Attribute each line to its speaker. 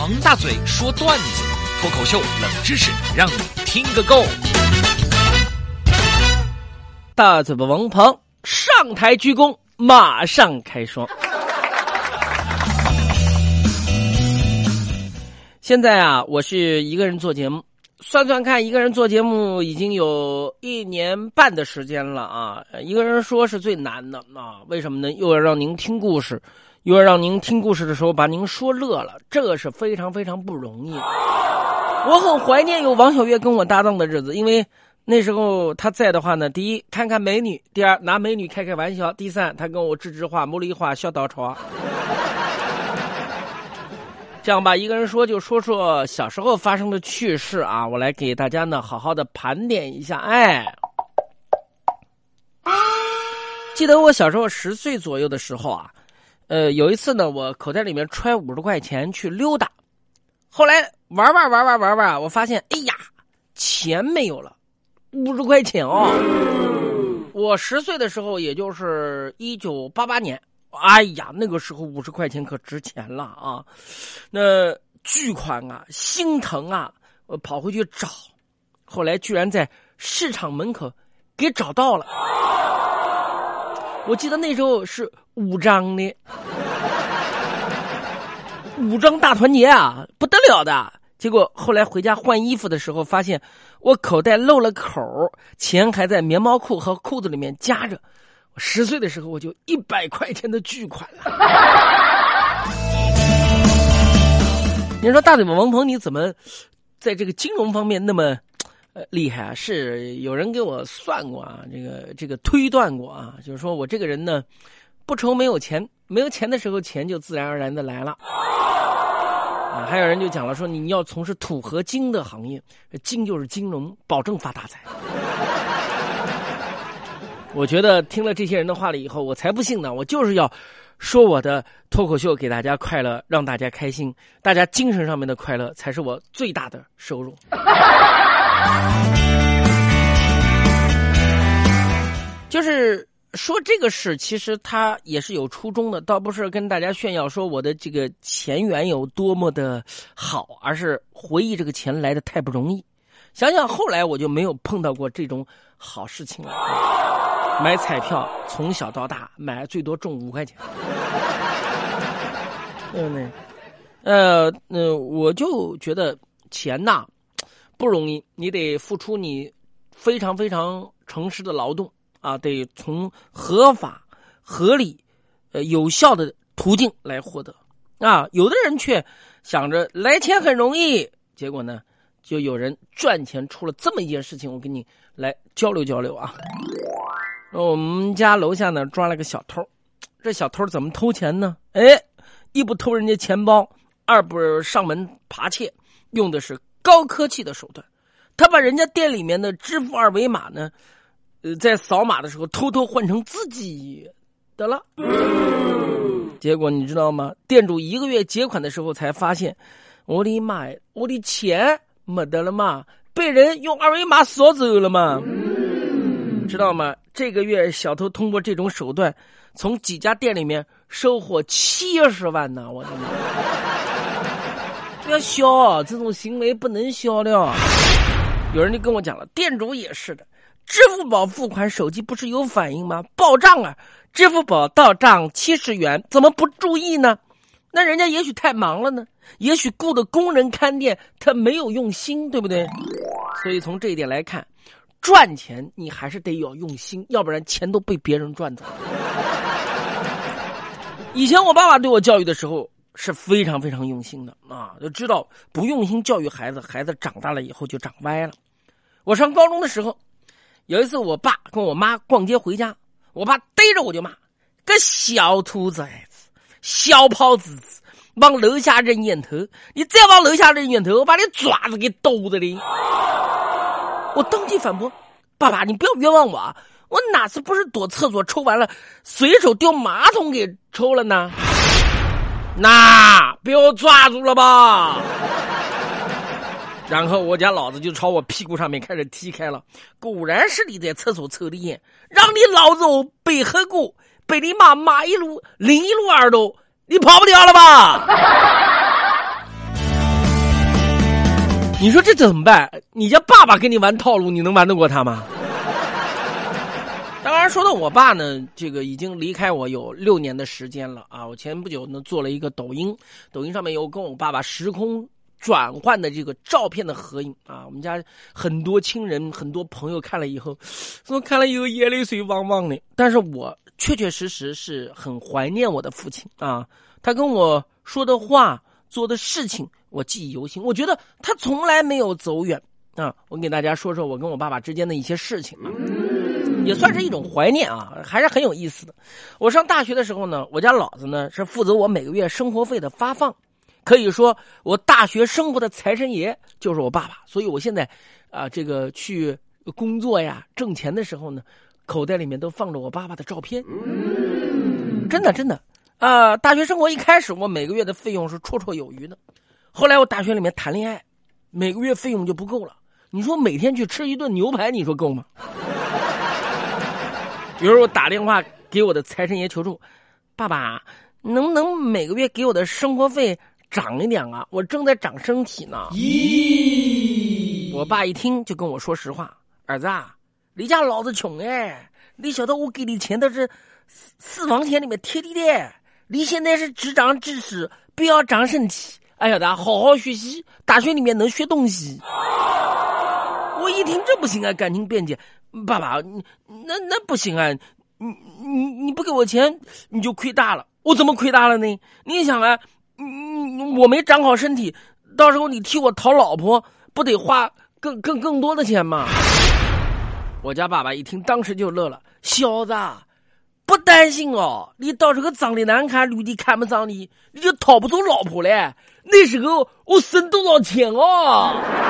Speaker 1: 王大嘴说段子，脱口秀冷知识，让你听个够。
Speaker 2: 大嘴巴王鹏上台鞠躬，马上开双。现在啊，我是一个人做节目，算算看，一个人做节目已经有1年半的时间了啊。一个人说是最难的啊，为什么呢？又要让您听故事，又要让您听故事的时候把您说乐了，这个是非常非常不容易的。我很怀念有王小月跟我搭档的日子，因为那时候他在的话呢，第一看看美女，第二拿美女开开玩笑，第三他跟我吱吱话、茉莉话、小刀叉。这样吧，一个人说就说说小时候发生的趣事啊，我来给大家呢好好的盘点一下。记得我小时候10岁左右的时候啊，有一次呢，我口袋里面揣50块钱去溜达，后来玩，我发现，哎呀，钱没有了，50块钱哦。我10岁的时候，也就是1988年。哎呀，那个时候50块钱可值钱了啊！那巨款啊，心疼啊！我跑回去找，后来居然在市场门口给找到了。我记得那时候是5张的，5张大团结啊，不得了的。结果后来回家换衣服的时候，发现我口袋漏了口，钱还在棉毛裤和裤子里面夹着。10岁的时候我就100块钱的巨款了。你说大嘴巴王鹏你怎么在这个金融方面那么厉害啊？是有人给我算过啊，这个推断过啊，就是说我这个人呢不愁没有钱，没有钱的时候钱就自然而然的来了。还有人就讲了说你要从事土和金的行业，金就是金融，保证发大财。我觉得听了这些人的话了以后，我才不信呢！我就是要说我的脱口秀给大家快乐，让大家开心，大家精神上面的快乐才是我最大的收入。就是说这个事，其实它也是有初衷的，倒不是跟大家炫耀说我的这个钱源有多么的好，而是回忆这个钱来的太不容易。想想后来我就没有碰到过这种好事情了。买彩票从小到大买最多中5块钱，对不对？我就觉得钱呐不容易，你得付出你非常非常诚实的劳动啊，得从合法、合理、有效的途径来获得啊。有的人却想着来钱很容易，结果呢，就有人赚钱出了这么一件事情，我跟你来交流交流啊。我们家楼下呢抓了个小偷，这小偷怎么偷钱呢？一不偷人家钱包，二不上门扒窃，用的是高科技的手段。他把人家店里面的支付二维码呢，在扫码的时候偷偷换成自己的了。结果你知道吗？店主1个月结款的时候才发现，我的妈呀，我的钱没得了嘛，被人用二维码扫走了嘛。知道吗？这个月小偷通过这种手段，从几家店里面收获70万呢！我的妈！不要笑，这种行为不能笑的。有人就跟我讲了，店主也是的，支付宝付款手机不是有反应吗？报账啊，支付宝到账70元，怎么不注意呢？那人家也许太忙了呢，也许雇的工人看店他没有用心，对不对？所以从这一点来看，赚钱你还是得要用心，要不然钱都被别人赚走了。以前我爸爸对我教育的时候是非常非常用心的啊，就知道不用心教育孩子，孩子长大了以后就长歪了。我上高中的时候，有一次我爸跟我妈逛街回家，我爸逮着我就骂：“个小兔崽子，小跑子，往楼下扔烟头！你再往楼下扔烟头，我把你爪子给抖的哩！”我当即反驳：“爸爸，你不要冤枉我啊！我哪次不是躲厕所抽完了，随手丢马桶给抽了呢？那被我抓住了吧？”然后我家老子就朝我屁股上面开始踢开了。果然是你在厕所抽的烟，让你老子背黑锅，被你妈骂一路淋一路耳朵，你跑不掉了吧？ 你说这怎么办？你家爸爸跟你玩套路，你能玩得过他吗？当然，说到我爸呢，这个已经离开我有6年的时间了啊。我前不久呢做了一个抖音上面有跟我爸爸时空转换的这个照片的合影啊。我们家很多亲人、很多朋友看了以后眼泪水汪汪的。但是我确确实实是很怀念我的父亲啊，他跟我说的话、做的事情，我记忆犹新。我觉得他从来没有走远啊。我给大家说说我跟我爸爸之间的一些事情啊。也算是一种怀念啊，还是很有意思的。我上大学的时候呢，我家老子呢是负责我每个月生活费的发放，可以说我大学生活的财神爷就是我爸爸。所以我现在这个去工作呀、挣钱的时候呢，口袋里面都放着我爸爸的照片。真的大学生活一开始我每个月的费用是绰绰有余的，后来我大学里面谈恋爱，每个月费用就不够了。你说每天去吃一顿牛排，你说够吗？比如我打电话给我的财神爷求助，爸爸能不能每个月给我的生活费涨一点啊？我正在长身体呢。我爸一听就跟我说实话，儿子啊，你家老子穷哎，你晓得我给你钱都是私房钱里面贴的，你现在是只长知识，不要长身体。哎呀的，好好学习，大学里面能学东西。我一听这不行啊，赶紧辩解，爸爸，那不行啊，你不给我钱，你就亏大了。我怎么亏大了呢？你想啊，我没长好身体，到时候你替我讨老婆，不得花更多的钱吗？我家爸爸一听，当时就乐了，小子，不担心哦，你到时候长得难看，绿的看不上你，你就讨不住老婆嘞。那时候我省多少钱哦？